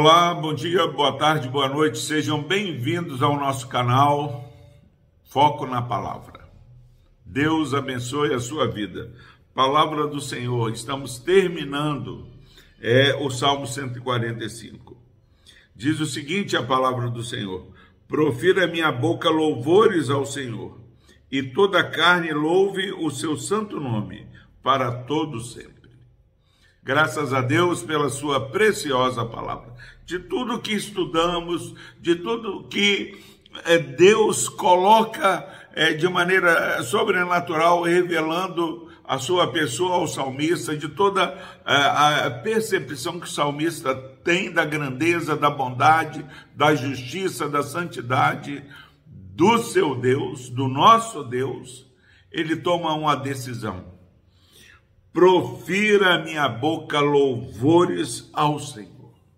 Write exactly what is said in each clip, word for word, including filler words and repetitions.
Olá, bom dia, boa tarde, boa noite, sejam bem-vindos ao nosso canal Foco na Palavra. Deus abençoe a sua vida. Palavra do Senhor, estamos terminando é, o Salmo cento e quarenta e cinco. Diz o seguinte a palavra do Senhor: profira minha boca louvores ao Senhor, e toda a carne louve o seu santo nome, para todo sempre. Graças a Deus pela sua preciosa palavra. De tudo que estudamos, de tudo que é, Deus coloca é, de maneira sobrenatural, revelando a sua pessoa ao salmista, de toda a, a percepção que o salmista tem da grandeza, da bondade, da justiça, da santidade do seu Deus, do nosso Deus, ele toma uma decisão. Profira a minha boca louvores ao Senhor.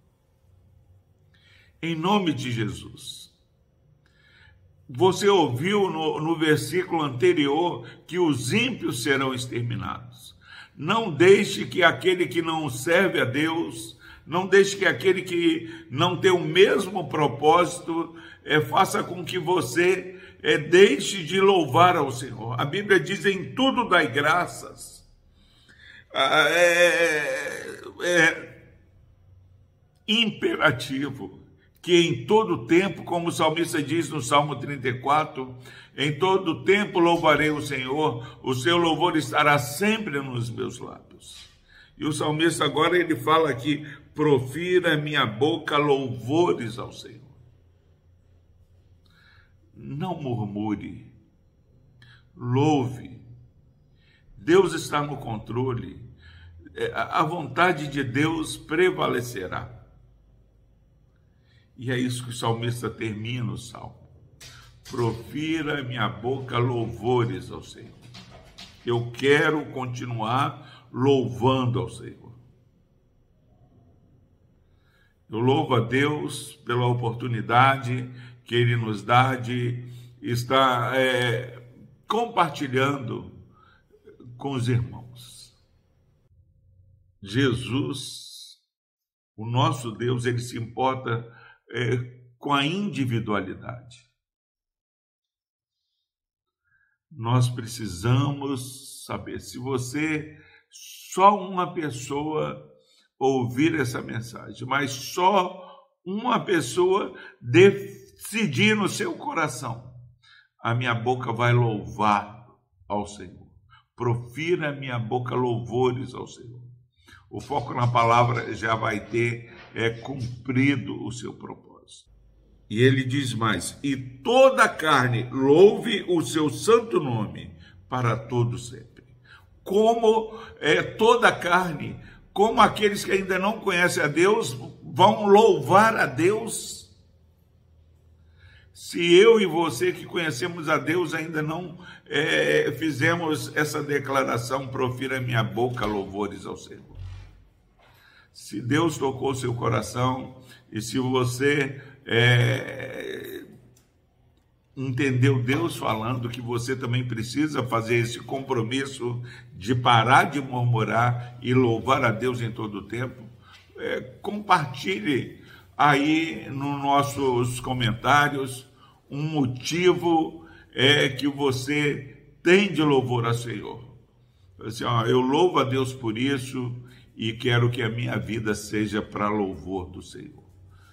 Em nome de Jesus. Você ouviu no, no versículo anterior que os ímpios serão exterminados. Não deixe que aquele que não serve a Deus, não deixe que aquele que não tem o mesmo propósito, é, faça com que você é, deixe de louvar ao Senhor. A Bíblia diz: em tudo dai graças. É, é imperativo que em todo tempo, como o salmista diz no Salmo trinta e quatro, em todo tempo louvarei o Senhor, o seu louvor estará sempre nos meus lábios. E o salmista agora ele fala aqui: profira minha boca louvores ao Senhor. Não murmure, louve. Deus está no controle, a vontade de Deus prevalecerá. E é isso que o salmista termina o salmo. Profira minha boca louvores ao Senhor. Eu quero continuar louvando ao Senhor. Eu louvo a Deus pela oportunidade que Ele nos dá de estar é, compartilhando com os irmãos. Jesus, o nosso Deus, ele se importa é, com a individualidade. Nós precisamos saber, se você, só uma pessoa ouvir essa mensagem, mas só uma pessoa decidir no seu coração: a minha boca vai louvar ao Senhor. Profira minha boca louvores ao Senhor. O foco na palavra já vai ter é, cumprido o seu propósito. E ele diz mais: e toda a carne louve o seu santo nome para todo sempre. Como é, toda a carne, como aqueles que ainda não conhecem a Deus, vão louvar a Deus. Se eu e você que conhecemos a Deus ainda não é, fizemos essa declaração: profira minha boca louvores ao Senhor. Se Deus tocou seu coração e se você é, entendeu Deus falando que você também precisa fazer esse compromisso de parar de murmurar e louvar a Deus em todo o tempo, é, compartilhe aí nos nossos comentários um motivo é, que você tem de louvor ao Senhor. Assim, ó, eu louvo a Deus por isso e quero que a minha vida seja para louvor do Senhor.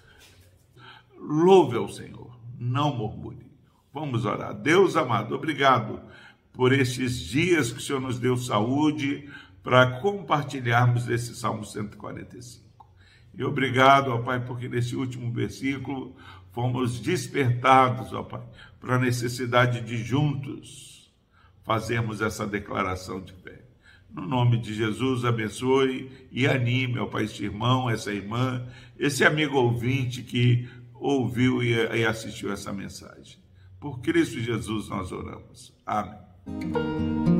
Louve ao Senhor, não murmure. Vamos orar. Deus amado, obrigado por esses dias que o Senhor nos deu saúde para compartilharmos esse Salmo cento e quarenta e cinco. E obrigado, ó Pai, porque nesse último versículo fomos despertados, ó Pai, para a necessidade de juntos fazermos essa declaração de fé. No nome de Jesus, abençoe e anime, ó Pai, este irmão, essa irmã, esse amigo ouvinte que ouviu e assistiu essa mensagem. Por Cristo Jesus nós oramos. Amém.